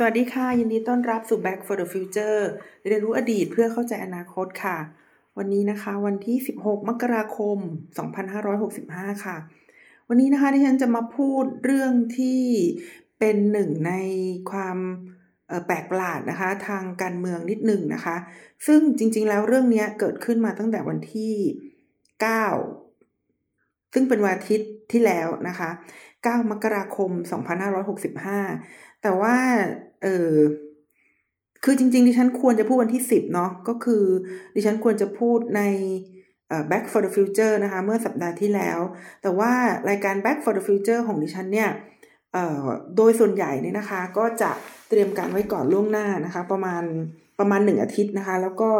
สวัสดีค่ะยินดีต้อนรับสู่ Back for the Future เรียนรู้อดีตเพื่อเข้าใจอนาคตค่ะวันนี้นะคะวันที่16มกราคม2565ค่ะวันนี้นะคะที่ฉันจะมาพูดเรื่องที่เป็นหนึ่งในความแปลกประหลาดนะคะทางการเมืองนิดหนึ่งนะคะซึ่งจริงๆแล้วเรื่องนี้เกิดขึ้นมาตั้งแต่วันที่9ซึ่งเป็นวันอาทิตย์ที่แล้วนะคะ9มกราคม2565แต่ว่าคือจริงๆดิฉันควรจะพูดวันที่10เนาะก็คือดิฉันควรจะพูดในBack for the Future นะคะเมื่อสัปดาห์ที่แล้วแต่ว่ารายการ Back for the Future ของดิฉันเนี่ยโดยส่วนใหญ่เนี่ยนะคะก็จะเตรียมการไว้ก่อนล่วงหน้านะคะประมาณ1อาทิตย์นะคะแล้วก็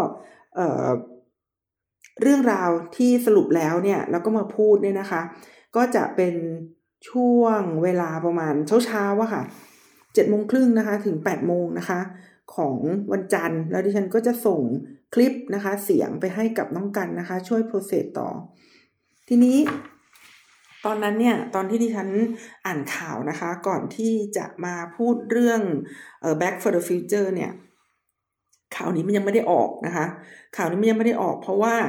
เรื่องราวที่สรุปแล้วเนี่ยแล้วก็มาพูดเนี่ยนะคะก็จะเป็นช่วงเวลาประมาณเช้าๆอะค่ะ7:30นะคะถึง8:00นะคะของวันจันทร์แล้วดิฉันก็จะส่งคลิปนะคะเสียงไปให้กับน้องกันนะคะช่วยโปรเซสต่อทีนี้ตอนนั้นเนี่ยตอนที่ดิฉันอ่านข่าวนะคะก่อนที่จะมาพูดเรื่องBack for the Future เนี่ยข่าวนี้มันยังไม่ได้ออกนะคะข่าวนี้มันยังไม่ได้ออกเพราะว่า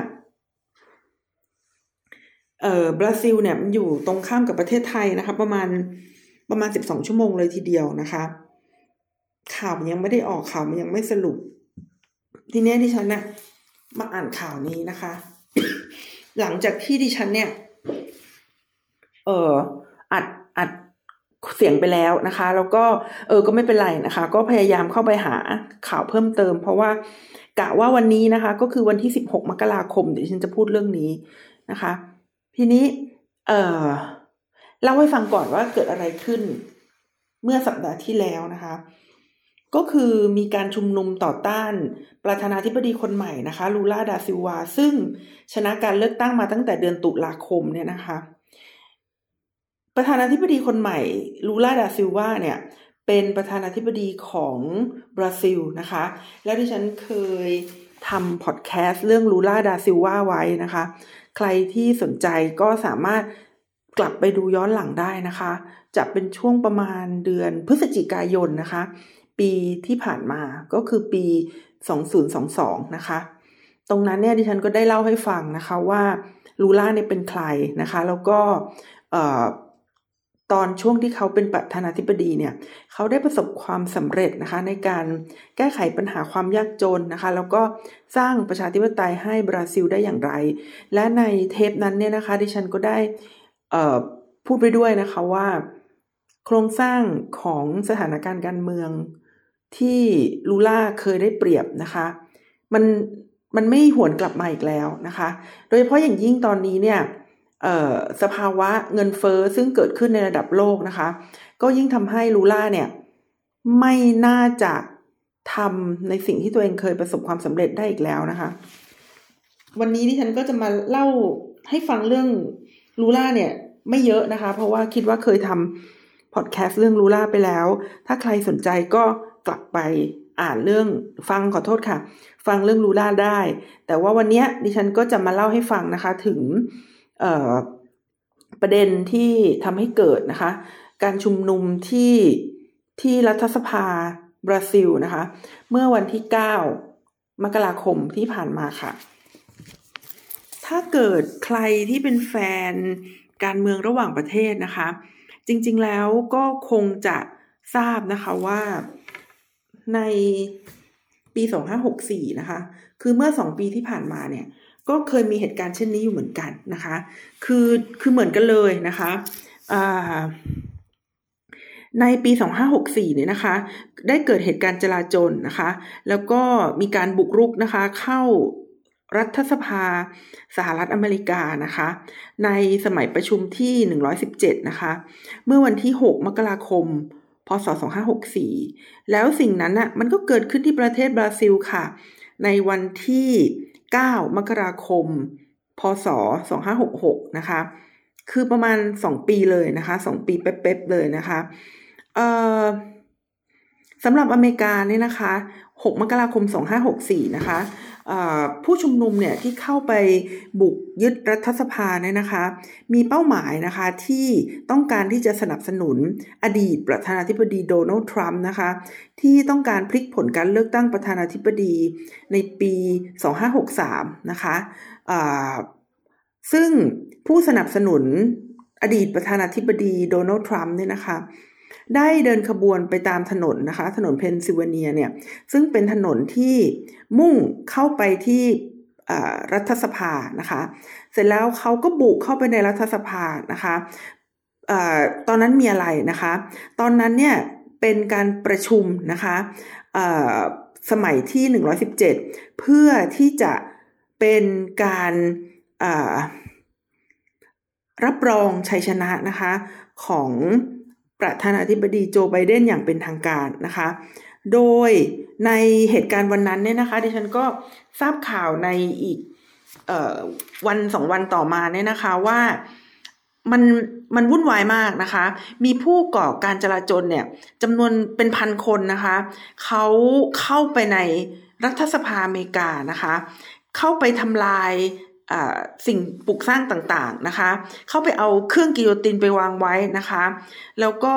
บราซิลเนี่ยมันอยู่ตรงข้ามกับประเทศไทยนะคะประมาณ12ชั่วโมงเลยทีเดียวนะคะข่าวมันยังไม่ได้ออกข่าวมันยังไม่สรุปทีนี้ดิฉันเนี่ยมาอ่านข่าวนี้นะคะ หลังจากที่ดิฉันเนี่ยอัดเสียงไปแล้วนะคะแล้วก็ก็ไม่เป็นไรนะคะก็พยายามเข้าไปหาข่าวเพิ่มเติมเพราะว่ากะว่าวันนี้นะคะก็คือวันที่16มกราคมเดี๋ยวฉันจะพูดเรื่องนี้นะคะทีนี้เล่าให้ฟังก่อนว่าเกิดอะไรขึ้นเมื่อสัปดาห์ที่แล้วนะคะก็คือมีการชุมนุมต่อต้านประธานาธิบดีคนใหม่นะคะลูล่าดาซิลวาซึ่งชนะการเลือกตั้งมาตั้งแต่เดือนตุลาคมเนี่ยนะคะประธานาธิบดีคนใหม่ลูล่าดาซิลวาเนี่ยเป็นประธานาธิบดีของบราซิลนะคะแล้วที่ฉันเคยทำพอดแคสต์เรื่องลูล่าดาซิลวาไว้นะคะใครที่สนใจก็สามารถกลับไปดูย้อนหลังได้นะคะจะเป็นช่วงประมาณเดือนพฤศจิกายนนะคะปีที่ผ่านมาก็คือปี2022นะคะตรงนั้นเนี่ยดิฉันก็ได้เล่าให้ฟังนะคะว่าลูล่าเนี่ยเป็นใครนะคะแล้วก็ตอนช่วงที่เขาเป็นประธานาธิบดีเนี่ยเขาได้ประสบความสำเร็จนะคะในการแก้ไขปัญหาความยากจนนะคะแล้วก็สร้างประชาธิปไตยให้บราซิลได้อย่างไรและในเทปนั้นเนี่ยนะคะดิฉันก็ได้พูดไปด้วยนะคะว่าโครงสร้างของสถานการณ์การเมืองที่ลูล่าเคยได้เปรียบนะคะมันไม่หวนกลับมาอีกแล้วนะคะโดยเฉพาะอย่างยิ่งตอนนี้เนี่ยสภาวะเงินเฟ้อซึ่งเกิดขึ้นในระดับโลกนะคะก็ยิ่งทำให้ลูล่าเนี่ยไม่น่าจะทำในสิ่งที่ตัวเองเคยประสบความสำเร็จได้อีกแล้วนะคะวันนี้ดิฉันก็จะมาเล่าให้ฟังเรื่องลูล่าเนี่ยไม่เยอะนะคะเพราะว่าคิดว่าเคยทำพอดแคสต์เรื่องลูล่าไปแล้วถ้าใครสนใจก็กลับไปอ่านเรื่องฟังเรื่องลูล่าได้แต่ว่าวันนี้ดิฉันก็จะมาเล่าให้ฟังนะคะถึงประเด็นที่ทำให้เกิดนะคะการชุมนุมที่รัฐสภาบราซิลนะคะเมื่อวันที่9มกราคมที่ผ่านมาค่ะถ้าเกิดใครที่เป็นแฟนการเมืองระหว่างประเทศนะคะจริงๆแล้วก็คงจะทราบนะคะว่าในปี2564นะคะคือเมื่อ2ปีที่ผ่านมาเนี่ยก็เคยมีเหตุการณ์เช่นนี้อยู่เหมือนกันนะคะคือเหมือนกันเลยนะคะในปี2564เนี่ยนะคะได้เกิดเหตุการณ์จลาจลนะคะแล้วก็มีการบุกรุกนะคะเข้ารัฐสภาสหรัฐอเมริกานะคะในสมัยประชุมที่117นะคะเมื่อวันที่6มกราคมพศ2564แล้วสิ่งนั้นน่ะมันก็เกิดขึ้นที่ประเทศบราซิลค่ะในวันที่9มกราคมพศ2566นะคะคือประมาณ2ปีเลยนะคะ2ปีเป๊ะๆเลยนะคะสำหรับอเมริกาเนี่ยนะคะ6มกราคม2564นะคะผู้ชุมนุมเนี่ยที่เข้าไปบุกยึดรัฐสภาเนี่ยนะคะมีเป้าหมายนะคะที่ต้องการที่จะสนับสนุนอดีตประธานาธิบดีโดนัลด์ทรัมป์นะคะที่ต้องการพลิกผลการเลือกตั้งประธานาธิบดีในปี2563นะคะซึ่งผู้สนับสนุนอดีตประธานาธิบดีโดนัลด์ทรัมป์เนี่ยนะคะได้เดินขบวนไปตามถนนนะคะถนนเพนซิลเวเนียเนี่ยซึ่งเป็นถนนที่มุ่งเข้าไปที่รัฐสภานะคะเสร็จแล้วเขาก็บุกเข้าไปในรัฐสภานะคะตอนนั้นมีอะไรนะคะตอนนั้นเนี่ยเป็นการประชุมนะคะสมัยที่117เพื่อที่จะเป็นการรับรองชัยชนะนะคะของประธานาธิบดีโจไบเดนอย่างเป็นทางการนะคะโดยในเหตุการณ์วันนั้นเนี่ยนะคะดิฉันก็ทราบข่าวในอีกวัน2 วันต่อมาเนี่ยนะคะว่ามันวุ่นวายมากนะคะมีผู้ก่อการจลาจลเนี่ยจำนวนเป็นพันคนนะคะเขาเข้าไปในรัฐสภาอเมริกานะคะเข้าไปทำลายสิ่งปลูกสร้างต่างๆนะคะเข้าไปเอาเครื่องกิโยตินไปวางไว้นะคะแล้วก็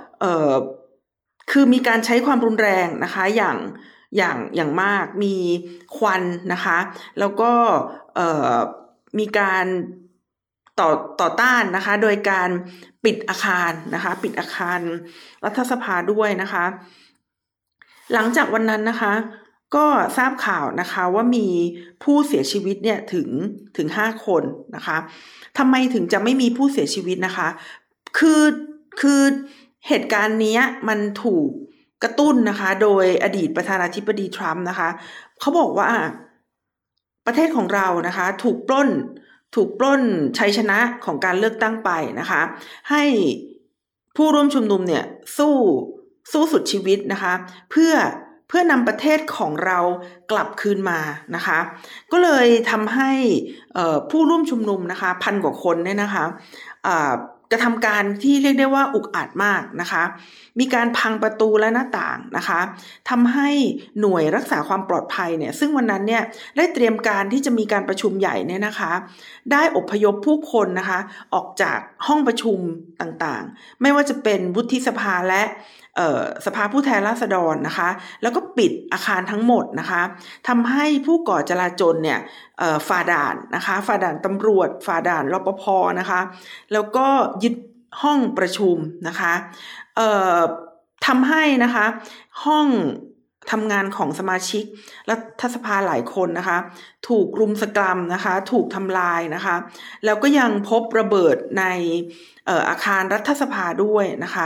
คือมีการใช้ความรุนแรงนะคะอย่างมากมีควันนะคะแล้วก็มีการต่อต้านนะคะโดยการปิดอาคารนะคะปิดอาคารรัฐสภาด้วยนะคะหลังจากวันนั้นนะคะก็ทราบข่าวนะคะว่ามีผู้เสียชีวิตเนี่ยถึง5 คนนะคะทำไมถึงจะไม่มีผู้เสียชีวิตนะคะคือเหตุการณ์นี้มันถูกกระตุ้นนะคะโดยอดีตประธานาธิบดีทรัมป์นะคะเขาบอกว่าประเทศของเรานะคะถูกปล้นชัยชนะของการเลือกตั้งไปนะคะให้ผู้ร่วมชุมนุมเนี่ยสู้สุดชีวิตนะคะเพื่อนำประเทศของเรากลับคืนมานะคะก็เลยทำให้ผู้ร่วมชุมนุมนะคะ1,000 กว่าคนเนี่ยนะคะกระทำการที่เรียกได้ว่าอุกอาจมากนะคะมีการพังประตูและหน้าต่างนะคะทำให้หน่วยรักษาความปลอดภัยเนี่ยซึ่งวันนั้นเนี่ยได้เตรียมการที่จะมีการประชุมใหญ่เนี่ยนะคะได้อพยพผู้คนนะคะออกจากห้องประชุมต่างๆไม่ว่าจะเป็นวุฒิสภาและสภาผู้แทนราษฎรนะคะแล้วก็ปิดอาคารทั้งหมดนะคะทำให้ผู้ก่อจลาจลเนี่ยฝ่าด่านนะคะฝ่าด่านตำรวจฝ่าด่านรปภนะคะแล้วก็ยึดห้องประชุมนะคะทำให้นะคะห้องทำงานของสมาชิกรัฐสภาหลายคนนะคะถูกรุมสกรัมนะคะถูกทำลายนะคะแล้วก็ยังพบระเบิดในอาคารรัฐสภาด้วยนะคะ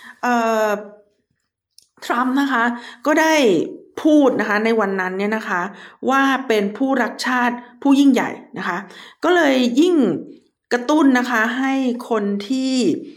ทรัมป์นะคะก็ได้พูดนะคะในวันนั้นเนี่ยนะคะว่าเป็นผู้รักชาติผู้ยิ่งใหญ่นะคะก็เลยยิ่งกระตุ้นนะคะให้คนที่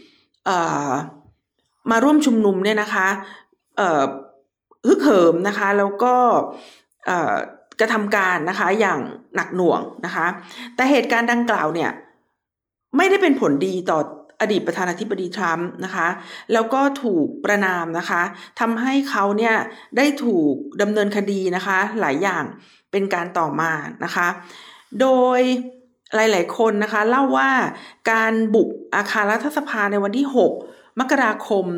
มาร่วมชุมนุมเนี่ยนะคะฮึกเหิมนะคะแล้วก็กระทำการนะคะอย่างหนักหน่วงนะคะแต่เหตุการณ์ดังกล่าวเนี่ยไม่ได้เป็นผลดีต่ออดีตประธานาธิบดีทรัมป์นะคะแล้วก็ถูกประณามนะคะทำให้เขาเนี่ยได้ถูกดำเนินคดีนะคะหลายอย่างเป็นการต่อมานะคะโดยหลายๆคนนะคะเล่าว่าการบุกอาคารรัฐสภาในวันที่6 มกราคม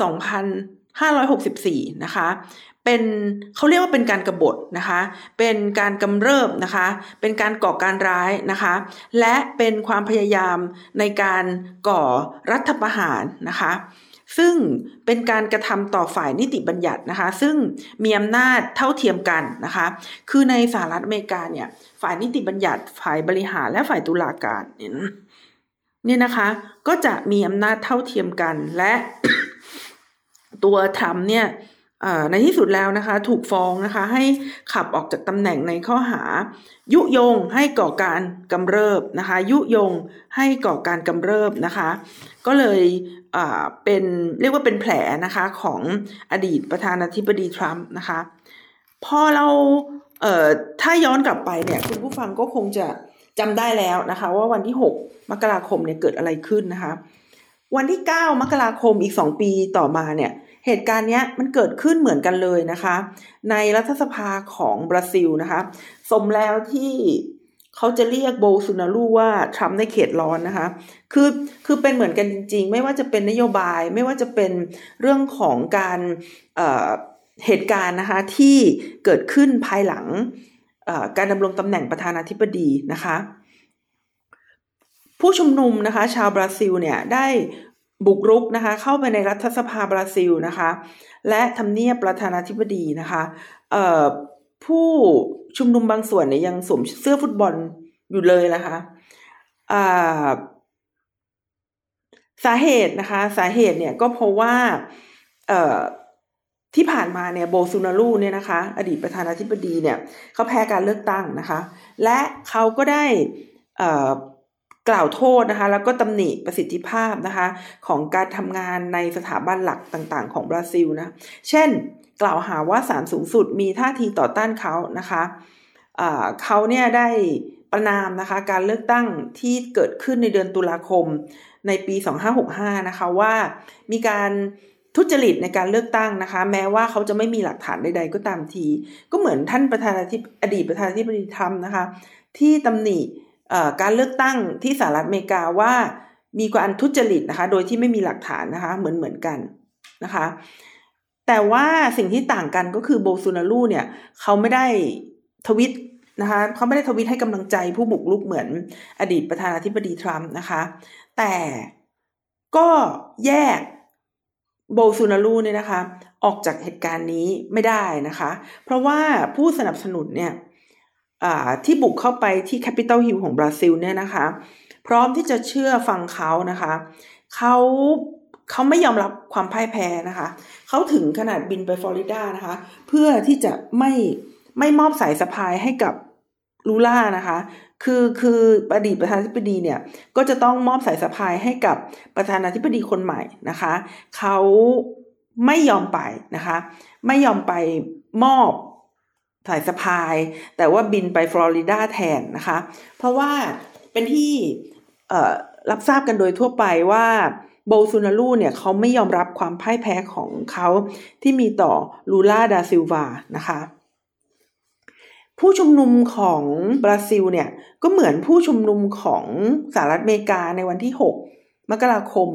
2564นะคะเป็นเขาเรียกว่าเป็นการกบฏนะคะเป็นการกำเริบนะคะเป็นการก่อการร้ายนะคะและเป็นความพยายามในการก่อรัฐประหารนะคะซึ่งเป็นการกระทำต่อฝ่ายนิติบัญญัตินะคะซึ่งมีอำนาจเท่าเทียมกันนะคะคือในสหรัฐอเมริกาเนี่ยฝ่ายนิติบัญญัติฝ่ายบริหารและฝ่ายตุลาการเนี่ยนะคะก็จะมีอำนาจเท่าเทียมกันและ ตัวทรัมป์เนี่ยในที่สุดแล้วนะคะถูกฟ้องนะคะให้ขับออกจากตำแหน่งในข้อหายุยงให้ก่อการกำเริบนะคะยุยงให้ก่อการกำเริบนะคะก็เลยเป็นเรียกว่าเป็นแผลนะคะของอดีตประธานาธิบดีทรัมป์นะคะพอเราถ้าย้อนกลับไปเนี่ยคุณผู้ฟังก็คงจะจำได้แล้วนะคะว่าวันที่6 มกราคมเนี่ยเกิดอะไรขึ้นนะคะวันที่9 มกราคมอีก2 ปีต่อมาเนี่ยเหตุการณ์นี้มันเกิดขึ้นเหมือนกันเลยนะคะในรัฐสภาของบราซิลนะคะสมแล้วที่เขาจะเรียกโบลโซนารูว่าทรัมป์ในเขตร้อนนะคะคือเป็นเหมือนกันจริงๆไม่ว่าจะเป็นนโยบายไม่ว่าจะเป็นเรื่องของการเหตุการณ์นะคะที่เกิดขึ้นภายหลังการดำรงตำแหน่งประธานาธิบดีนะคะผู้ชุมนุมนะคะชาวบราซิลเนี่ยได้บุกรุกนะคะเข้าไปในรัฐสภาบราซิลนะคะและทำเนียบประธานาธิบดีนะคะผู้ชุมนุมบางส่วนเนี่ยยังสวมเสื้อฟุตบอลอยู่เลยนะคะสาเหตุเนี่ยก็เพราะว่าที่ผ่านมาเนี่ยโบลโซนารูเนี่ยนะคะอดีตประธานาธิบดีเนี่ยเขาแพ้การเลือกตั้งนะคะและเขาก็ได้กล่าวโทษนะคะแล้วก็ตำหนิประสิทธิภาพนะคะของการทำงานในสถาบันหลักต่างๆของบราซิลนะเช่นกล่าวหาว่าศาลสูงสุดมีท่าทีต่อต้านเขานะคะเขาเนี่ยได้ประณามนะคะการเลือกตั้งที่เกิดขึ้นในเดือนตุลาคมในปี2565นะคะว่ามีการทุจริตในการเลือกตั้งนะคะแม้ว่าเขาจะไม่มีหลักฐานใดๆก็ตามทีก็เหมือนท่านอดีตประธานาธิบดีทรัมป์นะคะที่ตำหนิการเลือกตั้งที่สหรัฐอเมริกาว่ามีการทุจริตนะคะโดยที่ไม่มีหลักฐานนะคะเหมือนกันนะคะแต่ว่าสิ่งที่ต่างกันก็คือโบลโซนารูเนี่ยเขาไม่ได้ทวิตนะคะเขาไม่ได้ทวิตให้กำลังใจผู้บุกรุกเหมือนอดีตประธานาธิบดีทรัมป์นะคะแต่ก็แยกโบลโซนารูเนี่ยนะคะออกจากเหตุการณ์นี้ไม่ได้นะคะเพราะว่าผู้สนับสนุนเนี่ยที่บุกเข้าไปที่ Capitol Hill ของบราซิลเนี่ยนะคะพร้อมที่จะเชื่อฟังเขานะคะเขาไม่ยอมรับความพ่ายแพ้นะคะเขาถึงขนาดบินไปฟลอริดานะคะเพื่อที่จะไม่มอบสายสะพายให้กับลูล่านะคะคืออดีตประธานาธิบดีเนี่ยก็จะต้องมอบสายสะพายให้กับประธานาธิบดีคนใหม่นะคะเขาไม่ยอมไปนะคะไม่ยอมไปมอบสายสะพายแต่ว่าบินไปฟลอริดาแทนนะคะเพราะว่าเป็นที่รับทราบกันโดยทั่วไปว่าโบลโซนารูเนี่ยเขาไม่ยอมรับความพ่ายแพ้ของเขาที่มีต่อลูล่าดาซิลวานะคะผู้ชุมนุมของบราซิลเนี่ยก็เหมือนผู้ชุมนุมของสหรัฐอเมริกาในวันที่6 มกราคม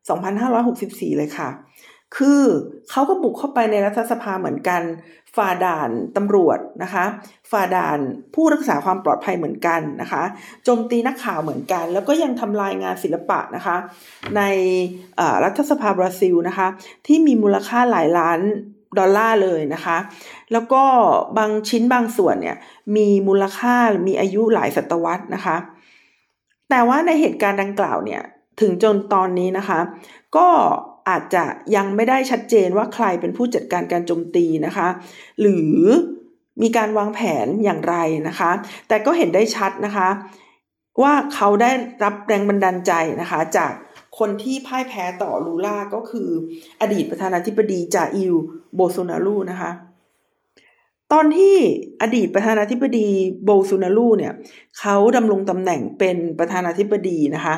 2564เลยค่ะคือเขาก็บุกเข้าไปในรัฐสภาเหมือนกันฝ่าด่านตำรวจนะคะฝ่าด่านผู้รักษาความปลอดภัยเหมือนกันนะคะโจมตีนักข่าวเหมือนกันแล้วก็ยังทำลายงานศิลปะนะคะในรัฐสภาบราซิลนะคะที่มีมูลค่าหลายล้านดอลลาร์เลยนะคะแล้วก็บางชิ้นบางส่วนเนี่ยมีมูลค่ามีอายุหลายศตวรรษนะคะแต่ว่าในเหตุการณ์ดังกล่าวเนี่ยถึงจนตอนนี้นะคะก็อาจจะยังไม่ได้ชัดเจนว่าใครเป็นผู้จัดการการโจมตีนะคะหรือมีการวางแผนอย่างไรนะคะแต่ก็เห็นได้ชัดนะคะว่าเขาได้รับแรงบันดาลใจนะคะจากคนที่พ่ายแพ้ต่อลูล่าก็คืออดีตประธานาธิบดีจาอิลโบลโซนารูนะคะตอนที่อดีตประธานาธิบดีโบลโซนารูเนี่ยเขาดำรงตำแหน่งเป็นประธานาธิบดีนะคะ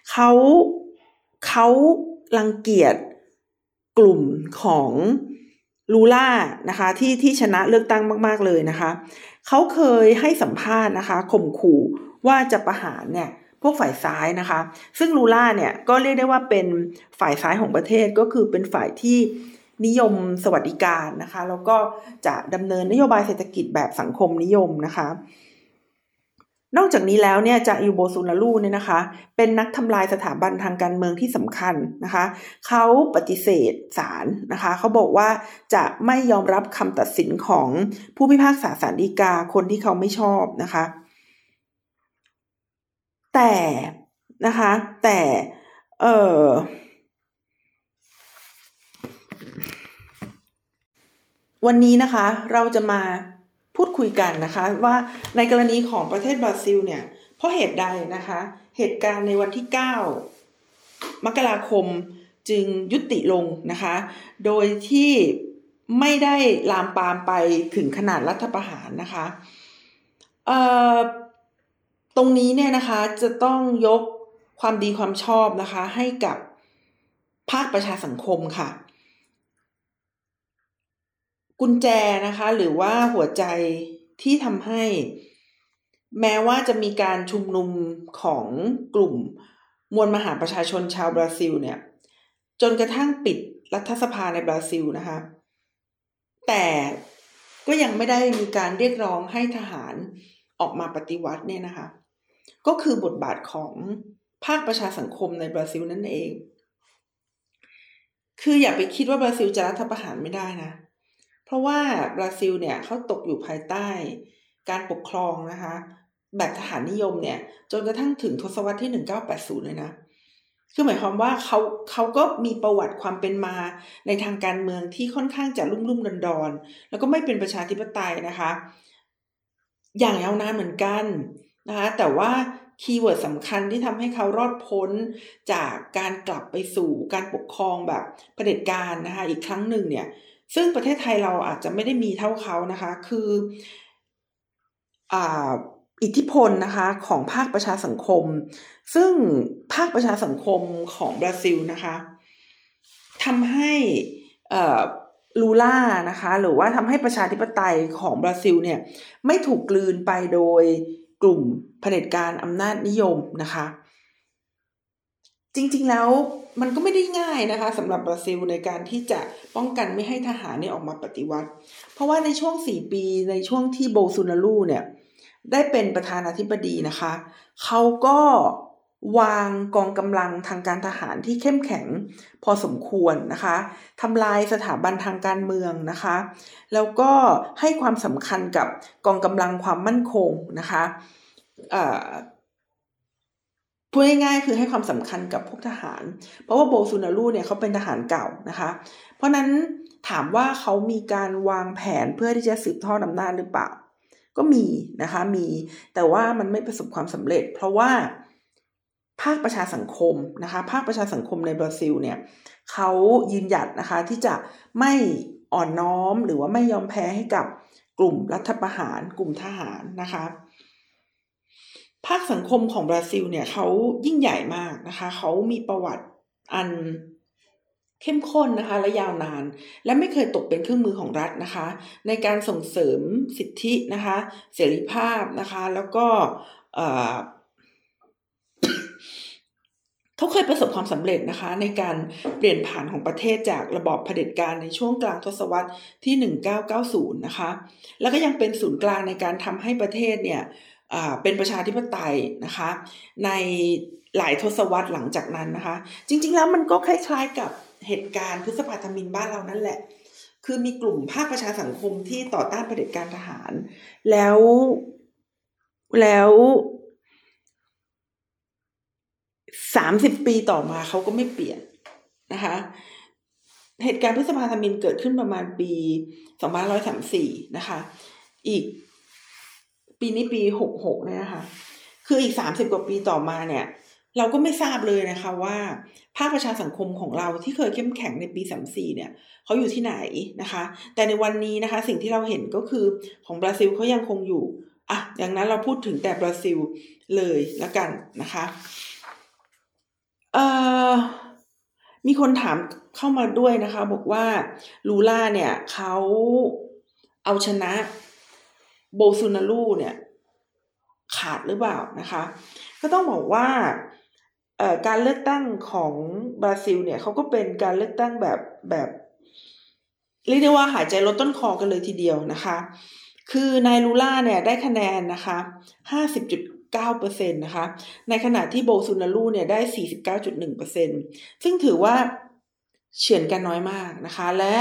เขารังเกียจกลุ่มของลูล่านะคะที่ชนะเลือกตั้งมากๆเลยนะคะเขาเคยให้สัมภาษณ์นะคะข่มขู่ว่าจะประหารเนี่ยพวกฝ่ายซ้ายนะคะซึ่งลูล่าเนี่ยก็เรียกได้ว่าเป็นฝ่ายซ้ายของประเทศก็คือเป็นฝ่ายที่นิยมสวัสดิการนะคะแล้วก็จะดำเนินนโยบายเศรษฐกิจแบบสังคมนิยมนะคะนอกจากนี้แล้วเนี่ยจาอิลโบลโซนารูเนี่ยนะคะเป็นนักทำลายสถาบันทางการเมืองที่สำคัญนะคะเขาปฏิเสธศาลนะคะเขาบอกว่าจะไม่ยอมรับคำตัดสินของผู้พิพากษาศาลฎีกาคนที่เขาไม่ชอบนะคะแต่วันนี้นะคะเราจะมาพูดคุยกันนะคะว่าในกรณีของประเทศบราซิลเนี่ยเพราะเหตุใดนะคะเหตุการณ์ในวันที่9 มกราคมจึงยุติลงนะคะโดยที่ไม่ได้ลามปามไปถึงขนาดรัฐประหารนะคะตรงนี้เนี่ยนะคะจะต้องยกความดีความชอบนะคะให้กับภาคประชาสังคมค่ะกุญแจนะคะหรือว่าหัวใจที่ทำให้แม้ว่าจะมีการชุมนุมของกลุ่มมวลมหาประชาชนชาวบราซิลเนี่ยจนกระทั่งปิดรัฐสภาในบราซิลนะคะแต่ก็ยังไม่ได้มีการเรียกร้องให้ทหารออกมาปฏิวัติเนี่ยนะคะก็คือบทบาทของภาคประชาสังคมในบราซิลนั่นเองคืออย่าไปคิดว่าบราซิลจะรัฐประหารไม่ได้นะเพราะว่าบราซิลเนี่ยเขาตกอยู่ภายใต้การปกครองนะคะแบบทหารนิยมเนี่ยจนกระทั่งถึงทศวรรษที่1980เลยนะคือหมายความว่าเขาก็มีประวัติความเป็นมาในทางการเมืองที่ค่อนข้างจะลุ่มๆดอนๆแล้วก็ไม่เป็นประชาธิปไตยนะคะอย่างยาวนานเหมือนกันนะคะแต่ว่าคีย์เวิร์ดสำคัญที่ทำให้เขารอดพ้นจากการกลับไปสู่การปกครองแบบเผด็จการนะคะอีกครั้งหนึ่งเนี่ยซึ่งประเทศไทยเราอาจจะไม่ได้มีเท่าเขานะคะคืออิทธิพลนะคะของภาคประชาสังคมซึ่งภาคประชาสังคมของบราซิลนะคะทำให้ลูล่านะคะหรือว่าทำให้ประชาธิปไตยของบราซิลเนี่ยไม่ถูกกลืนไปโดยกลุ่มเผด็จการอำนาจนิยมนะคะจริงๆแล้วมันก็ไม่ได้ง่ายนะคะสำหรับบราซิลในการที่จะป้องกันไม่ให้ทหารเนี่ยออกมาปฏิวัติเพราะว่าในช่วง4 ปีในช่วงที่โบซูนารูเนี่ยได้เป็นประธานาธิบดีนะคะเขาก็วางกองกำลังทางการทหารที่เข้มแข็งพอสมควรนะคะทำลายสถาบันทางการเมืองนะคะแล้วก็ให้ความสำคัญกับกองกำลังความมั่นคงนะคะพูดง่ายๆคือให้ความสำคัญกับพวกทหารเพราะว่าโบซูนารูเนี่ยเขาเป็นทหารเก่านะคะเพราะนั้นถามว่าเขามีการวางแผนเพื่อที่จะสืบทอดอำนาจหรือเปล่าก็มีนะคะมีแต่ว่ามันไม่ประสบความสำเร็จเพราะว่าภาคประชาสังคมนะคะภาคประชาสังคมในบราซิลเนี่ยเขายืนหยัดนะคะที่จะไม่อ่อนน้อมหรือว่าไม่ยอมแพ้ให้กับกลุ่มรัฐประหารกลุ่มทหารนะคะภาคสังคมของบราซิลเนี่ยเขายิ่งใหญ่มากนะคะเขามีประวัติอันเข้มข้นนะคะและยาวนานและไม่เคยตกเป็นเครื่องมือของรัฐนะคะในการส่งเสริมสิทธินะคะเสรีภาพนะคะแล้วก็เขาเคยประสบความสำเร็จนะคะในการเปลี่ยนผ่านของประเทศจากระบอบเผด็จการในช่วงกลางทศวรรษที่1990นะคะแล้วก็ยังเป็นศูนย์กลางในการทำให้ประเทศเนี่ยเป็นประชาธิปไตยนะคะในหลายทศวรรษหลังจากนั้นนะคะจริงๆแล้วมันก็คล้ายๆกับเหตุการณ์พฤษภาธมิฬบ้านเรานั่นแหละคือมีกลุ่มภาคประชาสังคมที่ต่อต้านเผด็จการทหารแล้ว30 ปีต่อมาเขาก็ไม่เปลี่ยนนะคะเหตุการณ์พฤษภาธมิฬเกิดขึ้นประมาณปี2534นะคะอีกปีนี้ปี66เนี่ยนะคะคืออีก30 กว่าปีต่อมาเนี่ยเราก็ไม่ทราบเลยนะคะว่าภาคประชาสังคมของเราที่เคยเข้มแข็งในปี34เนี่ยเขาอยู่ที่ไหนนะคะแต่ในวันนี้นะคะสิ่งที่เราเห็นก็คือของบราซิลเขายังคงอยู่อย่างนั้นเราพูดถึงแต่บราซิลเลยละกันนะคะมีคนถามเข้ามาด้วยนะคะบอกว่าลูล่าเนี่ยเขาเอาชนะโบซูนารูเนี่ยขาดหรือเปล่านะคะก็ต้องบอกว่าการเลือกตั้งของบราซิลเนี่ยเขาก็เป็นการเลือกตั้งแบบเรียกได้ว่าหายใจลดต้นคอกันเลยทีเดียวนะคะคือนายลูล่าเนี่ยได้คะแนนนะคะ50.9% นะคะในขณะที่โบซูนารูเนี่ยได้ 49.1% ซึ่งถือว่าเฉือนกันน้อยมากนะคะและ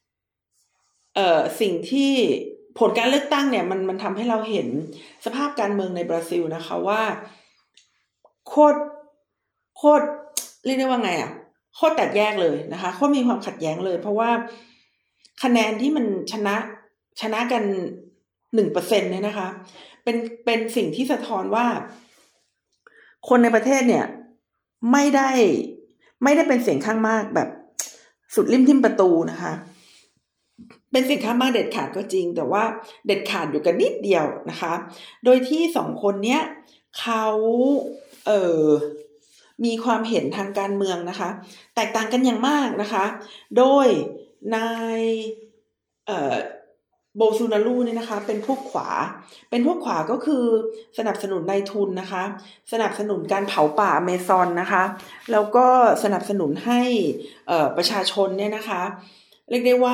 สิ่งที่ผลการเลือกตั้งเนี่ยมันทำให้เราเห็นสภาพการเมืองในบราซิลนะคะว่าโคตรเรียกได้ว่าไงโคตรแตกแยกเลยนะคะโคตรมีความขัดแย้งเลยเพราะว่าคะแนนที่มันชนะกัน 1% เนี่ยนะคะเป็นสิ่งที่สะท้อนว่าคนในประเทศเนี่ยไม่ได้เป็นเสียงข้างมากแบบสุดริมทิ่มประตูนะคะเป็นเสียงข้างมากเด็ดขาดก็จริงแต่ว่าเด็ดขาดอยู่กันนิดเดียวนะคะโดยที่2 คนเนี้ยเขามีความเห็นทางการเมืองนะคะแตกต่างกันอย่างมากนะคะโดยนายโบซูนารูเนี่ยนะคะเป็นพวกขวาก็คือสนับสนุนนายทุนนะคะสนับสนุนการเผาป่าอเมซอนนะคะแล้วก็สนับสนุนให้ประชาชนเนี่ยนะคะเรียกได้ว่า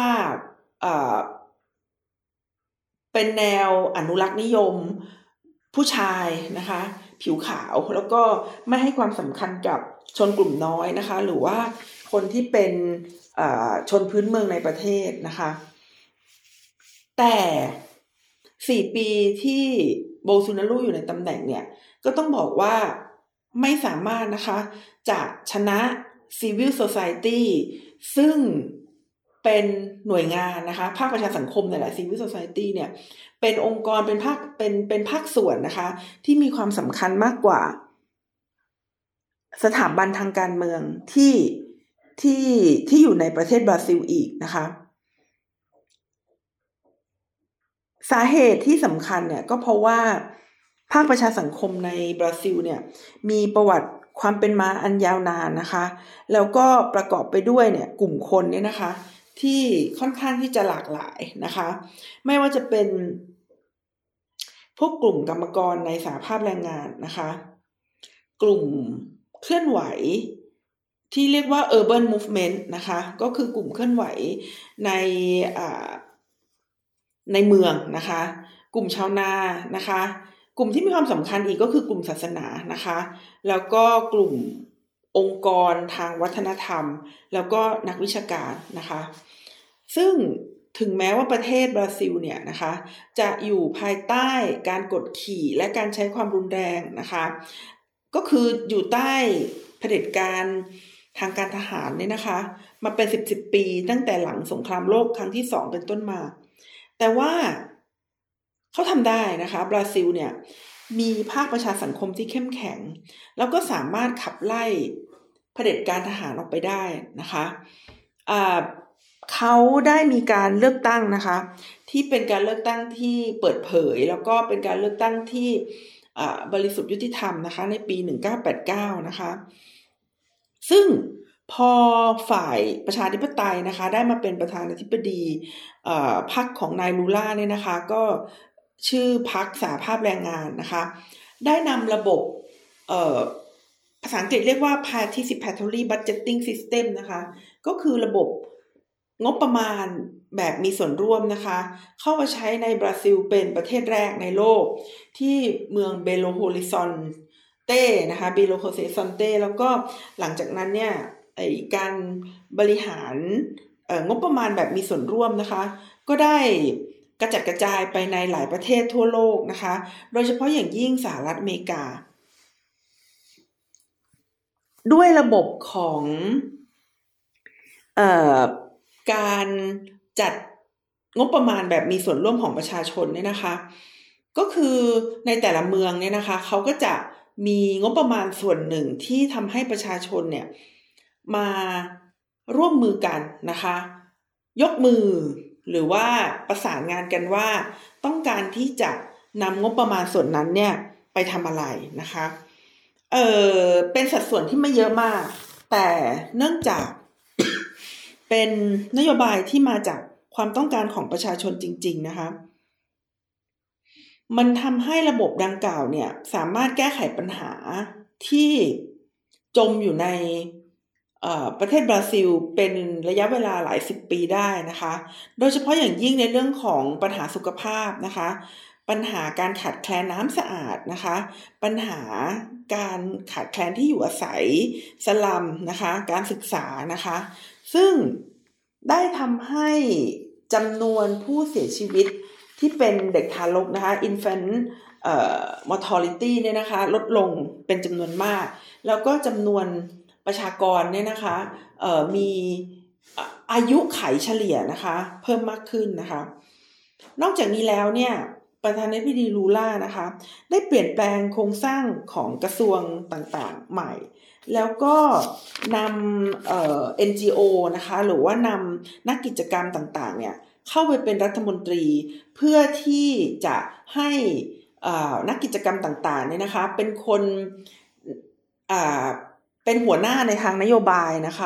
เป็นแนวอนุรักษ์นิยมผู้ชายนะคะผิวขาวแล้วก็ไม่ให้ความสำคัญกับชนกลุ่มน้อยนะคะหรือว่าคนที่เป็นชนพื้นเมืองในประเทศนะคะแต่4 ปีที่โบซูนารูอยู่ในตำแหน่งเนี่ยก็ต้องบอกว่าไม่สามารถนะคะจะชนะ Civil Society ซึ่งเป็นหน่วยงานนะคะภาคประชาสังคมเนี่ยแหละ Civil Society เนี่ยเป็นองค์กรเป็นภาคส่วนนะคะที่มีความสำคัญมากกว่าสถาบันทางการเมืองที่อยู่ในประเทศบราซิลอีกนะคะสาเหตุที่สำคัญเนี่ยก็เพราะว่าภาคประชาสังคมในบราซิลเนี่ยมีประวัติความเป็นมาอันยาวนานนะคะแล้วก็ประกอบไปด้วยเนี่ยกลุ่มคนเนี่ยนะคะที่ค่อนข้างที่จะหลากหลายนะคะไม่ว่าจะเป็นพวกกลุ่มกรรมกรในสหภาพแรงงานนะคะกลุ่มเคลื่อนไหวที่เรียกว่า Urban Movement นะคะก็คือกลุ่มเคลื่อนไหวในเมืองนะคะกลุ่มชาวนานะคะกลุ่มที่มีความสำคัญอีกก็คือกลุ่มศาสนานะคะแล้วก็กลุ่มองค์กรทางวัฒนธรรมแล้วก็นักวิชาการนะคะซึ่งถึงแม้ว่าประเทศบราซิลเนี่ยนะคะจะอยู่ภายใต้การกดขี่และการใช้ความรุนแรงนะคะก็คืออยู่ใต้เผด็จการทางการทหารเนี่ยนะคะมาเป็น10 ปีตั้งแต่หลังสงครามโลกครั้งที่2เป็นต้นมาแต่ว่าเขาทำได้นะคะบราซิลเนี่ยมีภาคประชาสังคมที่เข้มแข็งแล้วก็สามารถขับไล่เผด็จการทหารออกไปได้นะคะเขาได้มีการเลือกตั้งนะคะที่เป็นการเลือกตั้งที่เปิดเผยแล้วก็เป็นการเลือกตั้งที่บริสุทธิ์ยุติธรรมนะคะในปี1989นะคะซึ่งพอฝ่ายประชาธิปไตยนะคะได้มาเป็นประธานาธิบดีพรรคของนายลูล่าเนี่ยนะคะก็ชื่อพรรคสหภาพแรงงานนะคะได้นำระบบภาษาอังกฤษเรียกว่า participatory budgeting system นะคะก็คือระบบงบประมาณแบบมีส่วนร่วมนะคะเข้ามาใช้ในบราซิลเป็นประเทศแรกในโลกที่เมืองเบโลโฮลิซอนเต้นะคะเบโลโฮเซซอนเต้แล้วก็หลังจากนั้นเนี่ยการบริหารงบประมาณแบบมีส่วนร่วมนะคะก็ได้กระจัดกระจายไปในหลายประเทศทั่วโลกนะคะโดยเฉพาะอย่างยิ่งสหรัฐอเมริกาด้วยระบบของการจัดงบประมาณแบบมีส่วนร่วมของประชาชนเนี่ยนะคะก็คือในแต่ละเมืองเนี่ยนะคะเขาก็จะมีงบประมาณส่วนหนึ่งที่ทำให้ประชาชนเนี่ยมาร่วมมือกันนะคะยกมือหรือว่าประสานงานกันว่าต้องการที่จะนำงบประมาณส่วนนั้นเนี่ยไปทำอะไรนะคะเป็นสัดส่วนที่ไม่เยอะมากแต่เนื่องจาก เป็นนโยบายที่มาจากความต้องการของประชาชนจริงๆนะคะมันทำให้ระบบดังกล่าวเนี่ยสามารถแก้ไขปัญหาที่จมอยู่ในประเทศบราซิลเป็นระยะเวลาหลาย10 ปีได้นะคะโดยเฉพาะอย่างยิ่งในเรื่องของปัญหาสุขภาพนะคะปัญหาการขาดแคลนน้ำสะอาดนะคะปัญหาการขาดแคลนที่อยู่อาศัยสลัมนะคะการศึกษานะคะซึ่งได้ทำให้จำนวนผู้เสียชีวิตที่เป็นเด็กทารกนะคะ infant mortality เนี่ยนะคะลดลงเป็นจำนวนมากแล้วก็จำนวนประชากรเนี่ยนะคะมีอายุขัยเฉลี่ยนะคะเพิ่มมากขึ้นนะคะนอกจากนี้แล้วเนี่ยประธานาธิบดีลูล่านะคะได้เปลี่ยนแปลงโครงสร้างของกระทรวงต่างๆใหม่แล้วก็นำNGO นะคะหรือว่านำนักกิจกรรมต่างๆเนี่ยเข้าไปเป็นรัฐมนตรีเพื่อที่จะให้นักกิจกรรมต่างๆเนี่ยนะคะเป็นคนเป็นหัวหน้าในทางนโยบายนะคะ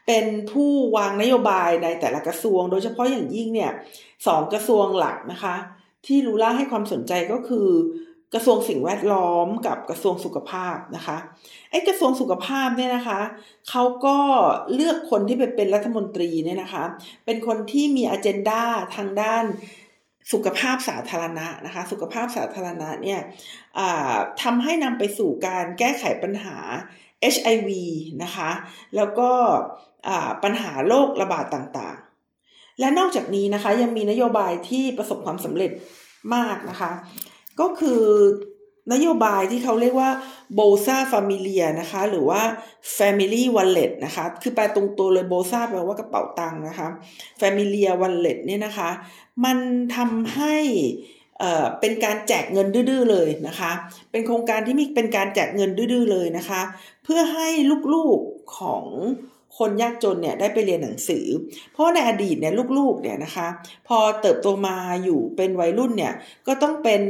เป็นผู้วางนโยบายในแต่ละกระทรวงโดยเฉพาะอย่างยิ่งเนี่ย2กระทรวงหลักนะคะที่ลูล่าให้ความสนใจก็คือกระทรวงสิ่งแวดล้อมกับกระทรวงสุขภาพนะคะไอ้กระทรวงสุขภาพเนี่ยนะคะเขาก็เลือกคนที่ไปเป็นรัฐมนตรีเนี่ยนะคะเป็นคนที่มีอเจนดาทางด้านสุขภาพสาธารณะนะคะสุขภาพสาธารณะเนี่ยทำให้นำไปสู่การแก้ไขปัญหา HIV นะคะแล้วก็ปัญหาโรคระบาดต่างๆและนอกจากนี้นะคะยังมีนโยบายที่ประสบความสำเร็จมากนะคะก็คือนโยบายที่เขาเรียกว่า Bolsa Familia นะคะหรือว่า Family Wallet นะคะคือแปลตรงตัวเลย Bolsa แปลว่ากระเป๋าตังค์นะคะ Familia Wallet เนี่ยนะคะมันทำให้เป็นการแจกเงินดื้อๆเลยนะคะเป็นโครงการที่มีเป็นการแจกเงินดื้อๆเลยนะคะเพื่อให้ลูกๆของคนยากจนเนี่ยได้ไปเรียนหนังสือเพราะในอดีตเนี่ยลูกๆเนี่ยนะคะพอเติบโตมาอยู่เป็นวัยรุ่นเนี่ยก็ต้องเป็น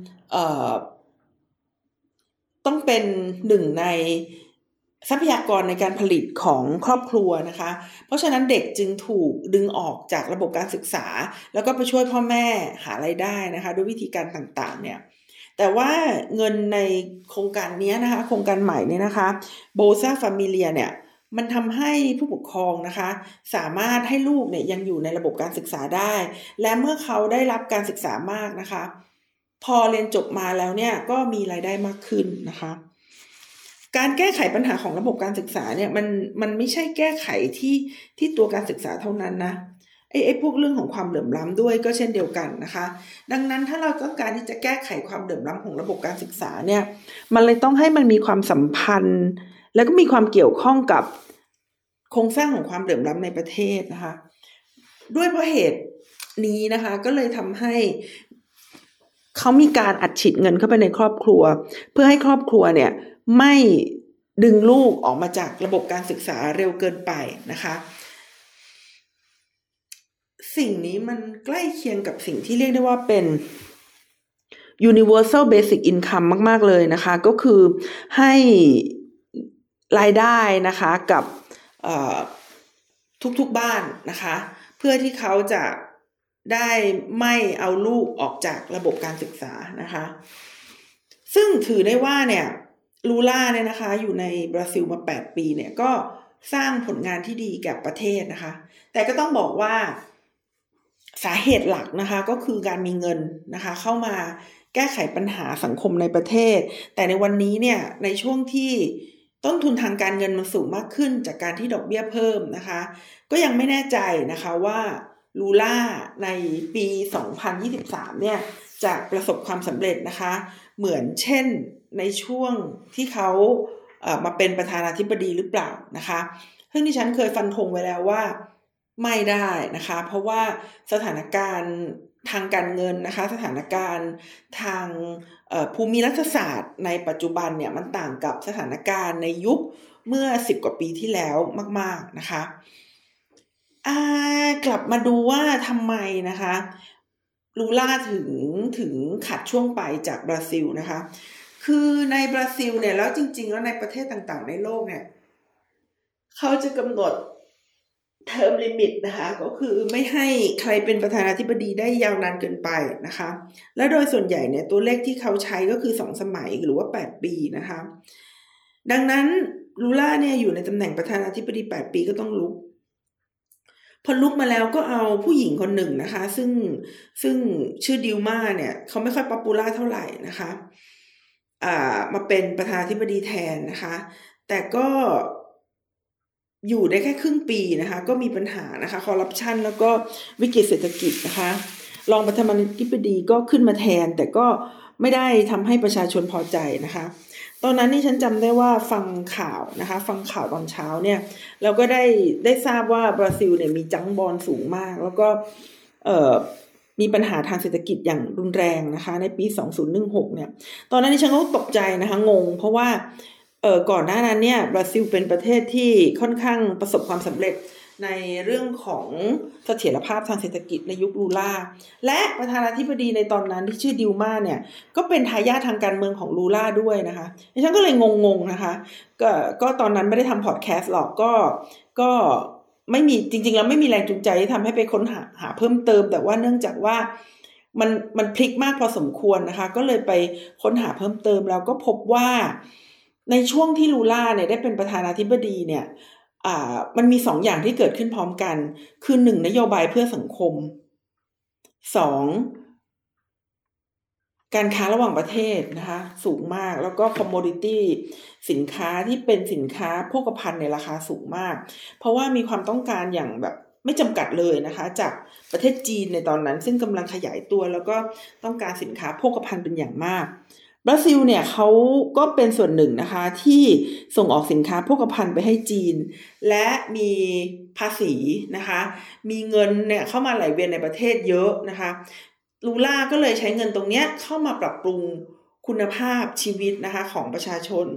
หนึ่งในทรัพยากรในการผลิตของครอบครัวนะคะเพราะฉะนั้นเด็กจึงถูกดึงออกจากระบบการศึกษาแล้วก็ไปช่วยพ่อแม่หารายได้นะคะด้วยวิธีการต่างๆเนี่ยแต่ว่าเงินในโครงการนี้นะคะโครงการใหม่เนี่ยนะคะ Bolsa Familia เนี่ยมันทำให้ผู้ปกครองนะคะสามารถให้ลูกเนี่ยยังอยู่ในระบบการศึกษาได้และเมื่อเขาได้รับการศึกษามากนะคะพอเรียนจบมาแล้วเนี่ยก็มีรายได้มากขึ้นนะคะการแก้ไขปัญหาของระบบการศึกษาเนี่ยมันไม่ใช่แก้ไขที่ตัวการศึกษาเท่านั้นนะไอ้พวกเรื่องของความเหลื่อมล้ำด้วยก็เช่นเดียวกันนะคะดังนั้นถ้าเราต้องการที่จะแก้ไขความเหลื่อมล้ำของระบบการศึกษาเนี่ยมันเลยต้องให้มันมีความสัมพันธ์แล้วก็มีความเกี่ยวข้องกับโครงสร้างของความเหลื่อมล้ำในประเทศนะคะด้วยเพราะเหตุนี้นะคะก็เลยทำให้เขามีการอัดฉีดเงินเข้าไปในครอบครัวเพื่อให้ครอบครัวเนี่ยไม่ดึงลูกออกมาจากระบบการศึกษาเร็วเกินไปนะคะสิ่งนี้มันใกล้เคียงกับสิ่งที่เรียกได้ว่าเป็น universal basic income มากๆเลยนะคะก็คือให้รายได้นะคะกับทุกๆบ้านนะคะเพื่อที่เขาจะได้ไม่เอาลูกออกจากระบบการศึกษานะคะซึ่งถือได้ว่าเนี่ยลูล่าเนี่ยนะคะอยู่ในบราซิลมา8ปีเนี่ยก็สร้างผลงานที่ดีแก่ประเทศนะคะแต่ก็ต้องบอกว่าสาเหตุหลักนะคะก็คือการมีเงินนะคะเข้ามาแก้ไขปัญหาสังคมในประเทศแต่ในวันนี้เนี่ยในช่วงที่ต้นทุนทางการเงินมันสูงมากขึ้นจากการที่ดอกเบี้ยเพิ่มนะคะก็ยังไม่แน่ใจนะคะว่าลูล่าในปี 2023 เนี่ยจะประสบความสำเร็จนะคะเหมือนเช่นในช่วงที่เขามาเป็นประธานาธิบดีหรือเปล่านะคะซึ่งที่ฉันเคยฟันธงไว้แล้วว่าไม่ได้นะคะเพราะว่าสถานการณ์ทางการเงินนะคะสถานการณ์ทางภูมิรัฐศาสตร์ในปัจจุบันเนี่ยมันต่างกับสถานการณ์ในยุคเมื่อ10กว่าปีที่แล้วมากๆนะคะกลับมาดูว่าทำไมนะคะลูล่าถึงขัดช่วงไปจากบราซิลนะคะคือในบราซิลเนี่ยแล้วจริงๆแล้วในประเทศต่างๆในโลกเนี่ยเขาจะกำหนดเทอมลิมิตนะคะก็คือไม่ให้ใครเป็นประธานาธิบดีได้ยาวนานเกินไปนะคะและโดยส่วนใหญ่เนี่ยตัวเลขที่เขาใช้ก็คือ2สมัยหรือว่า8ปีนะคะดังนั้นลูล่าเนี่ยอยู่ในตำแหน่งประธานาธิบดี8ปีก็ต้องลุกพอลุกมาแล้วก็เอาผู้หญิงคนหนึ่งนะคะซึ่งชื่อดิลมาเนี่ยเขาไม่ค่อยป๊อปปูล่าเท่าไหร่นะคะมาเป็นประธานาธิบดีแทนนะคะแต่ก็อยู่ได้แค่ครึ่งปีนะคะก็มีปัญหานะคะคอร์รัปชันแล้วก็วิกฤตเศรษฐกิจนะคะรองประธานาธิบดีก็ขึ้นมาแทนแต่ก็ไม่ได้ทำให้ประชาชนพอใจนะคะตอนนั้นนี่ฉันจำได้ว่าฟังข่าวนะคะฟังข่าวตอนเช้าเนี่ยเราก็ได้ทราบว่าบราซิลเนี่ยมีจังบอลสูงมากแล้วก็มีปัญหาทางเศรษฐกิจอย่างรุนแรงนะคะในปี2016เนี่ยตอนนั้นนี่ฉันก็ตกใจนะคะงงเพราะว่าก่อนหน้านั้นเนี่ยบราซิลเป็นประเทศที่ค่อนข้างประสบความสำเร็จในเรื่องของเสถียรภาพทางเศรษฐกิจในยุคลูล่าและประธานาธิบดีในตอนนั้นที่ชื่อดิลมาเนี่ยก็เป็นทายาททางการเมืองของลูล่าด้วยนะคะดิฉันก็เลยงงๆนะคะก็ตอนนั้นไม่ได้ทำพอดแคสต์หรอกก็ไม่มีจริงๆแล้วไม่มีแรงจูงใจที่ทำให้ไปค้นหาเพิ่มเติมแต่ว่าเนื่องจากว่ามันพลิกมากพอสมควรนะคะก็เลยไปค้นหาเพิ่มเติมแล้วก็พบว่าในช่วงที่ลูล่าเนี่ยได้เป็นประธานาธิบดีเนี่ยมันมี2 อย่างที่เกิดขึ้นพร้อมกันคือ1นโยบายเพื่อสังคม2การค้าระหว่างประเทศนะคะสูงมากแล้วก็คอมโมดิตี้สินค้าที่เป็นสินค้าโภคภัณฑ์ในราคาสูงมากเพราะว่ามีความต้องการอย่างแบบไม่จำกัดเลยนะคะจากประเทศจีนในตอนนั้นซึ่งกำลังขยายตัวแล้วก็ต้องการสินค้าโภคภัณฑ์เป็นอย่างมากบราซิลเนี่ยเขาก็เป็นส่วนหนึ่งนะคะที่ส่งออกสินค้าโภคภัณฑ์ไปให้จีนและมีภาษีนะคะมีเงินเนี่ยเข้ามาไหลเวียนในประเทศเยอะนะคะลูล่าก็เลยใช้เงินตรงนี้เข้ามาปรับปรุงคุณภาพชีวิตนะคะของประชาชน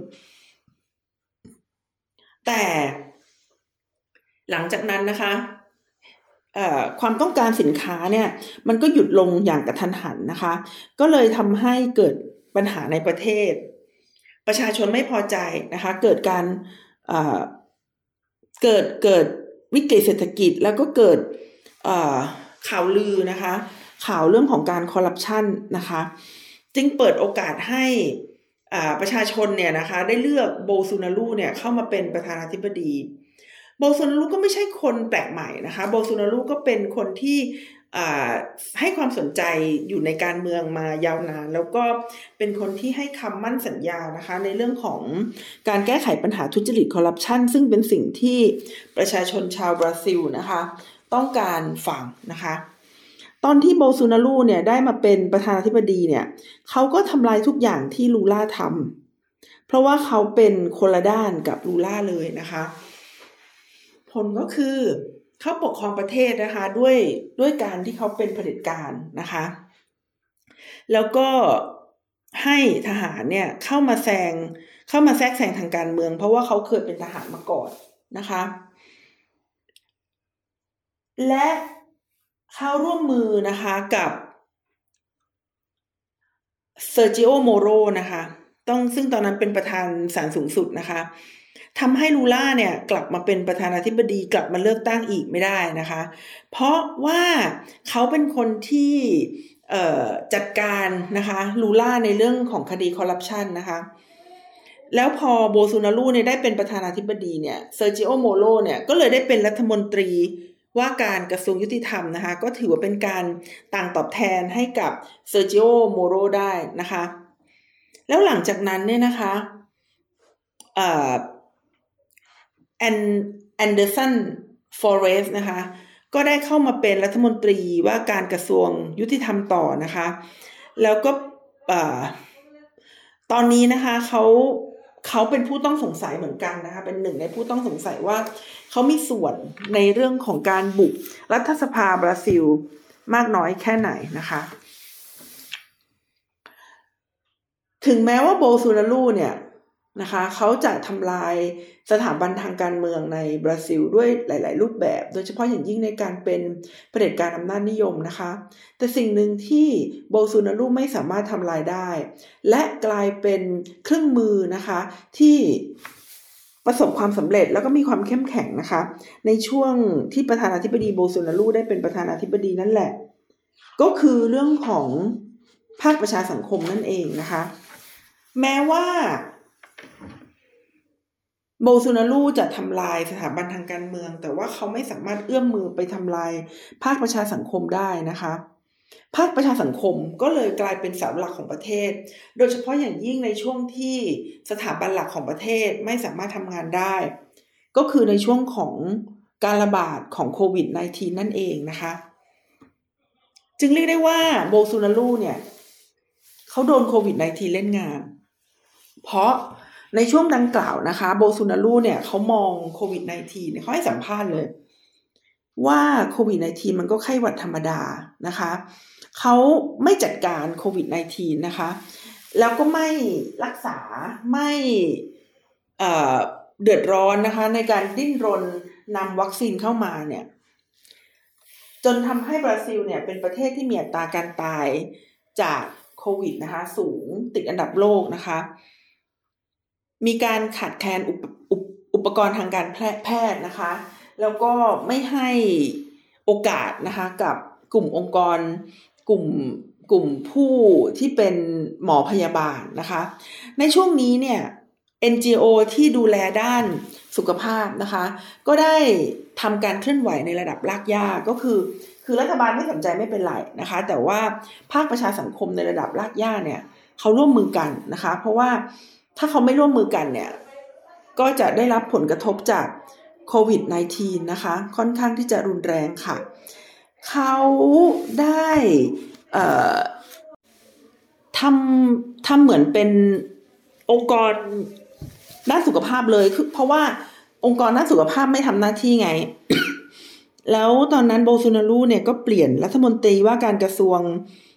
แต่หลังจากนั้นนะคะความต้องการสินค้าเนี่ยมันก็หยุดลงอย่างกระทันหันนะคะก็เลยทำให้เกิดปัญหาในประเทศประชาชนไม่พอใจนะคะเกิดการเกิดวิกฤตเศรษฐกิจแล้วก็เกิดข่าวลือนะคะข่าวเรื่องของการคอร์รัปชันนะคะจึงเปิดโอกาสให้ประชาชนเนี่ยนะคะได้เลือกโบซูนารูเนี่ยเข้ามาเป็นประธานาธิบดีโบซูนารูก็ไม่ใช่คนแปลกใหม่นะคะโบซูนารูก็เป็นคนที่ให้ความสนใจอยู่ในการเมืองมายาวนานแล้วก็เป็นคนที่ให้คำมั่นสัญญานะคะในเรื่องของการแก้ไขปัญหาทุจริตคอร์รัปชันซึ่งเป็นสิ่งที่ประชาชนชาวบราซิลนะคะต้องการฟังนะคะตอนที่โบซูนารูเนี่ยได้มาเป็นประธานาธิบดีเนี่ยเขาก็ทำลายทุกอย่างที่ลูล่าทำเพราะว่าเขาเป็นคนละด้านกับลูล่าเลยนะคะผลก็คือเขาปกครองประเทศนะคะด้วยการที่เขาเป็นเผด็จการนะคะแล้วก็ให้ทหารเนี่ยเข้ามาแทรกแซงทางการเมืองเพราะว่าเขาเคยเป็นทหารมาก่อนนะคะและเขาร่วมมือนะคะกับเซอร์จิโอโมโรนะคะซึ่งตอนนั้นเป็นประธานศาลสูงสุดนะคะทำให้ลูล่าเนี่ยกลับมาเป็นประธานาธิบดีกลับมาเลือกตั้งอีกไม่ได้นะคะเพราะว่าเขาเป็นคนที่จัดการนะคะลูล่าในเรื่องของคดีคอร์รัปชันนะคะแล้วพอโบซูนารูเนี่ยได้เป็นประธานาธิบดีเนี่ยเซอร์จิโอโมโรเนี่ยก็เลยได้เป็นรัฐมนตรีว่าการกระทรวงยุติธรรมนะคะก็ถือว่าเป็นการต่างตอบแทนให้กับเซอร์จิโอโมโรได้นะคะแล้วหลังจากนั้นเนี่ยนะคะแอนเดอร์สันฟอเรสต์นะคะก็ได้เข้ามาเป็นรัฐมนตรีว่าการกระทรวงยุติธรรมต่อนะคะแล้วก็ตอนนี้นะคะเขาเป็นผู้ต้องสงสัยเหมือนกันนะคะเป็นหนึ่งในผู้ต้องสงสัยว่าเขามีส่วนในเรื่องของการบุกรัฐสภาบราซิลมากน้อยแค่ไหนนะคะถึงแม้ว่าโบซูนารูเนี่ยนะคะเขาจะทำลายสถาบันทางการเมืองในบราซิลด้วยหลายๆรูปแบบโดยเฉพาะอย่างยิ่งในการเป็นเผด็จการอำนาจนิยมนะคะแต่สิ่งหนึ่งที่โบซูนารูไม่สามารถทำลายได้และกลายเป็นเครื่องมือนะคะที่ประสบความสำเร็จแล้วก็มีความเข้มแข็งนะคะในช่วงที่ประธานาธิบดีโบซูนารูได้เป็นประธานาธิบดีนั่นแหละก็คือเรื่องของภาคประชาสังคมนั่นเองนะคะแม้ว่าโบซูนารูจะทำลายสถาบันทางการเมืองแต่ว่าเขาไม่สามารถเอื้อมมือไปทำลายภาคประชาสังคมได้นะคะภาคประชาสังคมก็เลยกลายเป็นเสาหลักของประเทศโดยเฉพาะอย่างยิ่งในช่วงที่สถาบันหลักของประเทศไม่สามารถทำงานได้ก็คือในช่วงของการระบาดของโควิด -19 นั่นเองนะคะจึงเรียกได้ว่าโบซูนารูเนี่ยเขาโดนโควิด -19 เล่นงานเพราะในช่วงดังกล่าวนะคะโบซูนารูเนี่ยเขามองโควิด -19 เนี่ยเขาให้สัมภาษณ์เลยว่าโควิด -19 มันก็ไข้หวัดธรรมดานะคะเขาไม่จัดการโควิด -19 นะคะแล้วก็ไม่รักษาไม่เดือดร้อนนะคะในการดิ้นรนนำวัคซีนเข้ามาเนี่ยจนทำให้บราซิลเนี่ยเป็นประเทศที่มีอัตราการตายจากโควิดนะคะสูงติดอันดับโลกนะคะมีการขาดแคลนอุปกรณ์ทางการแพทย์นะคะแล้วก็ไม่ให้โอกาสนะคะกับกลุ่มองค์กรกลุ่มผู้ที่เป็นหมอพยาบาลนะคะในช่วงนี้เนี่ย NGO ที่ดูแลด้านสุขภาพนะคะก็ได้ทำการเคลื่อนไหวในระดับรากหญ้าก็คือรัฐบาลไม่สนใจไม่เป็นไรนะคะแต่ว่าภาคประชาสังคมในระดับรากหญ้าเนี่ยเขาร่วมมือกันนะคะเพราะว่าถ้าเขาไม่ร่วมมือกันเนี่ยก็จะได้รับผลกระทบจากโควิด -19 นะคะค่อนข้างที่จะรุนแรงค่ะเขาได้ทำเหมือนเป็นองค์กรด้านสุขภาพเลยคือเพราะว่าองค์กรด้านสุขภาพไม่ทำหน้าที่ไง แล้วตอนนั้นโบซูนารูเนี่ยก็เปลี่ยนรัฐมนตรีว่าการกระทรวง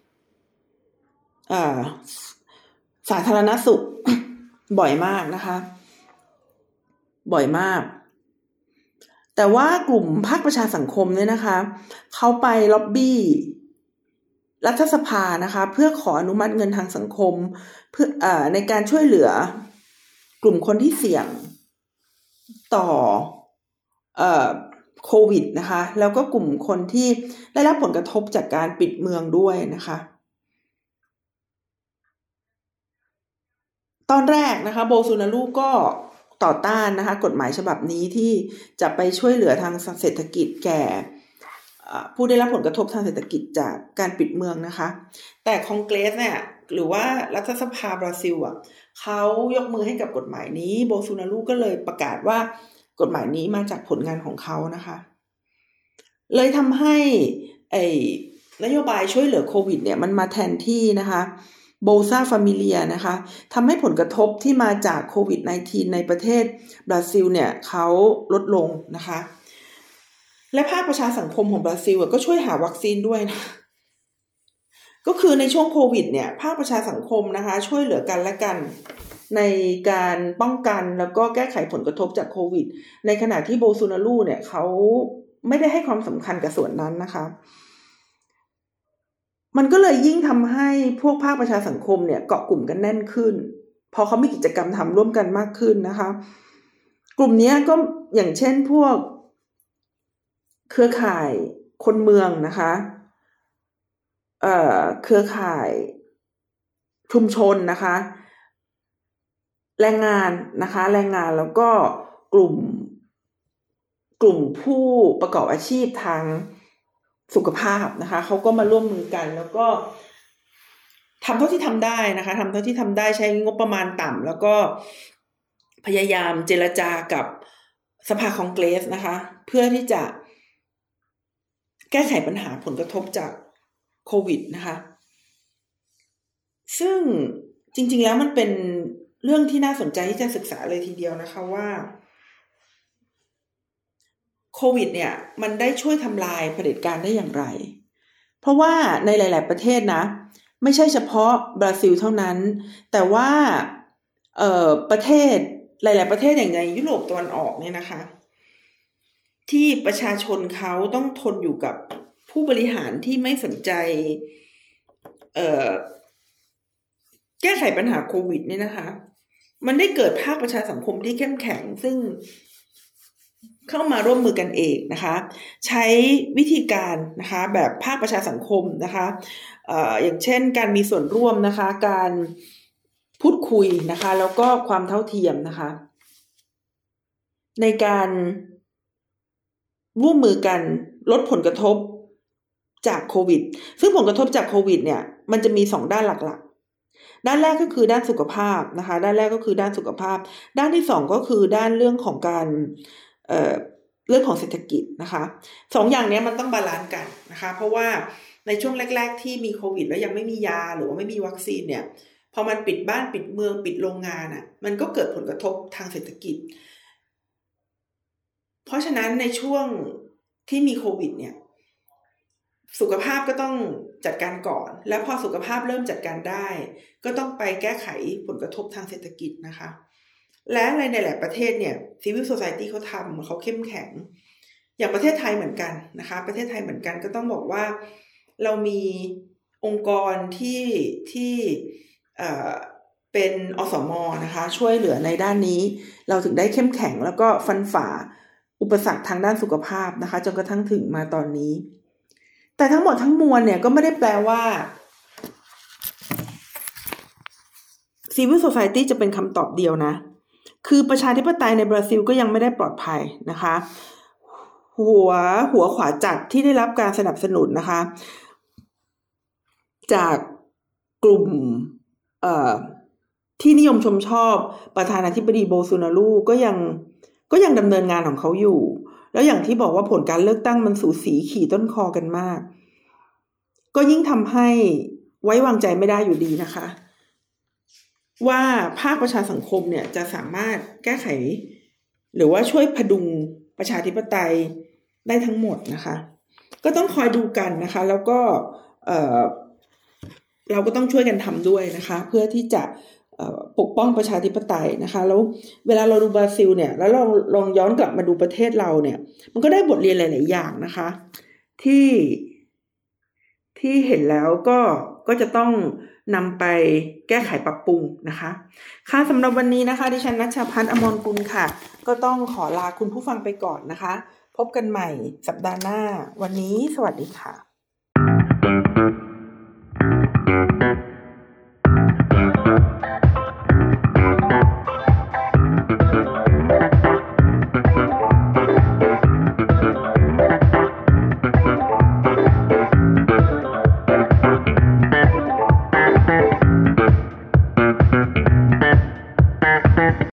สาธารณสุข บ่อยมากนะคะบ่อยมากแต่ว่ากลุ่มภาคประชาสังคมเนี่ยนะคะเขาไปล็อบบี้รัฐสภานะคะเพื่อขออนุมัติเงินทางสังคมเพื่อในการช่วยเหลือกลุ่มคนที่เสี่ยงต่อโควิดนะคะแล้วก็กลุ่มคนที่ได้รับผลกระทบจากการปิดเมืองด้วยนะคะตอนแรกนะคะโบซูนารูก็ต่อต้านนะคะกฎหมายฉบับนี้ที่จะไปช่วยเหลือทางเศรษฐกิจแก่ผู้ได้รับผลกระทบทางเศรษฐกิจจากการปิดเมืองนะคะแต่คองเกรสเนี่ยหรือว่ารัฐสภาบราซิลเขายกมือให้กับกฎหมายนี้โบซูนารูก็เลยประกาศว่ากฎหมายนี้มาจากผลงานของเขานะคะเลยทำให้นโยบายช่วยเหลือโควิดเนี่ยมันมาแทนที่นะคะโบซาฟามิเลียนะคะทำให้ผลกระทบที่มาจากโควิด -19 ในประเทศบราซิลเนี่ยเขาลดลงนะคะและภาคประชาสังคมของบราซิลก็ช่วยหาวัคซีนด้วยนะก็คือในช่วงโควิดเนี่ยภาคประชาสังคมนะคะช่วยเหลือกันและกันในการป้องกันแล้วก็แก้ไขผลกระทบจากโควิดในขณะที่โบซูนารูเนี่ยเขาไม่ได้ให้ความสำคัญกับส่วนนั้นนะคะมันก็เลยยิ่งทำให้พวกภาคประชาสังคมเนี่ยเกาะกลุ่มกันแน่นขึ้นพอเขามีกิจกรรมทำร่วมกันมากขึ้นนะคะกลุ่มนี้ก็อย่างเช่นพวกเครือข่ายคนเมืองนะคะเครือข่ายชุมชนนะคะแรงงานนะคะแรงงานแล้วก็กลุ่มผู้ประกอบอาชีพทางสุขภาพนะคะเขาก็มาร่วมมือกันแล้วก็ทำเท่าที่ทำได้นะคะทำเท่าที่ทำได้ใช้งบประมาณต่ำแล้วก็พยายามเจรจากับสภาคองเกรสนะคะเพื่อที่จะแก้ไขปัญหาผลกระทบจากโควิดนะคะซึ่งจริงๆแล้วมันเป็นเรื่องที่น่าสนใจที่จะศึกษาเลยทีเดียวนะคะว่าโควิดเนี่ยมันได้ช่วยทำลายเผด็จการได้อย่างไรเพราะว่าในหลายๆประเทศนะไม่ใช่เฉพาะบราซิลเท่านั้นแต่ว่าประเทศหลายๆประเทศอย่างในยุโรปตะวันออกเนี่ยนะคะที่ประชาชนเขาต้องทนอยู่กับผู้บริหารที่ไม่สนใจแก้ไขปัญหาโควิดเนี่ยนะคะมันได้เกิดภาคประชาสังคมที่เข้มแข็งซึ่งเข้ามาร่วมมือกันเองนะคะใช้วิธีการนะคะแบบภาคประชาสังคมนะคะอย่างเช่นการมีส่วนร่วมนะคะการพูดคุยนะคะแล้วก็ความเท่าเทียมนะคะในการร่วมมือกันลดผลกระทบจากโควิดซึ่งผลกระทบจากโควิดเนี่ยมันจะมี2ด้านหลักๆด้านแรกก็คือด้านสุขภาพนะคะด้านแรกก็คือด้านสุขภาพด้านที่2ก็คือด้านเรื่องของการเรื่องของเศรษฐกิจนะคะ2อย่างนี้มันต้องบาลานซ์กันนะคะเพราะว่าในช่วงแรกๆที่มีโควิดแล้วยังไม่มียาหรือว่าไม่มีวัคซีนเนี่ยพอมันปิดบ้านปิดเมืองปิดโรงงานมันก็เกิดผลกระทบทางเศรษฐกิจเพราะฉะนั้นในช่วงที่มีโควิดเนี่ยสุขภาพก็ต้องจัดการก่อนแล้วพอสุขภาพเริ่มจัดการได้ก็ต้องไปแก้ไขผลกระทบทางเศรษฐกิจนะคะและในหลายประเทศเนี่ย Civil Society เขาทำเขาเข้มแข็งอย่างประเทศไทยเหมือนกันนะคะประเทศไทยเหมือนกันก็ต้องบอกว่าเรามีองค์กรที่เป็นอสม.นะคะช่วยเหลือในด้านนี้เราถึงได้เข้มแข็งแล้วก็ฟันฝ่าอุปสรรคทางด้านสุขภาพนะคะจนกระทั่งถึงมาตอนนี้แต่ทั้งหมดทั้งมวลเนี่ยก็ไม่ได้แปลว่า Civil Society จะเป็นคำตอบเดียวนะคือประชาธิปไตยในบราซิลก็ยังไม่ได้ปลอดภัยนะคะหัวขวาจัดที่ได้รับการสนับสนุนนะคะจากกลุ่มที่นิยมชมชอบประธานาธิบดีโบซูนารูก็ยังดำเนินงานของเขาอยู่แล้วอย่างที่บอกว่าผลการเลือกตั้งมันสูสีขี่ต้นคอกันมากก็ยิ่งทำให้ไว้วางใจไม่ได้อยู่ดีนะคะว่าภาคประชาสังคมเนี่ยจะสามารถแก้ไขหรือว่าช่วยพดุงประชาธิปไตยได้ทั้งหมดนะคะก็ต้องคอยดูกันนะคะแล้วก็เราก็ต้องช่วยกันทำด้วยนะคะเพื่อที่จะปกป้องประชาธิปไตยนะคะแล้วเวลาเราดูบราซิลเนี่ยแล้วเราลองย้อนกลับมาดูประเทศเราเนี่ยมันก็ได้บทเรียนหลายๆอย่างนะคะที่เห็นแล้วก็จะต้องนำไปแก้ไขปรับปรุงนะคะค่ะสำหรับวันนี้นะคะดิฉันณัชชาพัฒน์ อมรกุลค่ะก็ต้องขอลาคุณผู้ฟังไปก่อนนะคะพบกันใหม่สัปดาห์หน้าวันนี้สวัสดีค่ะ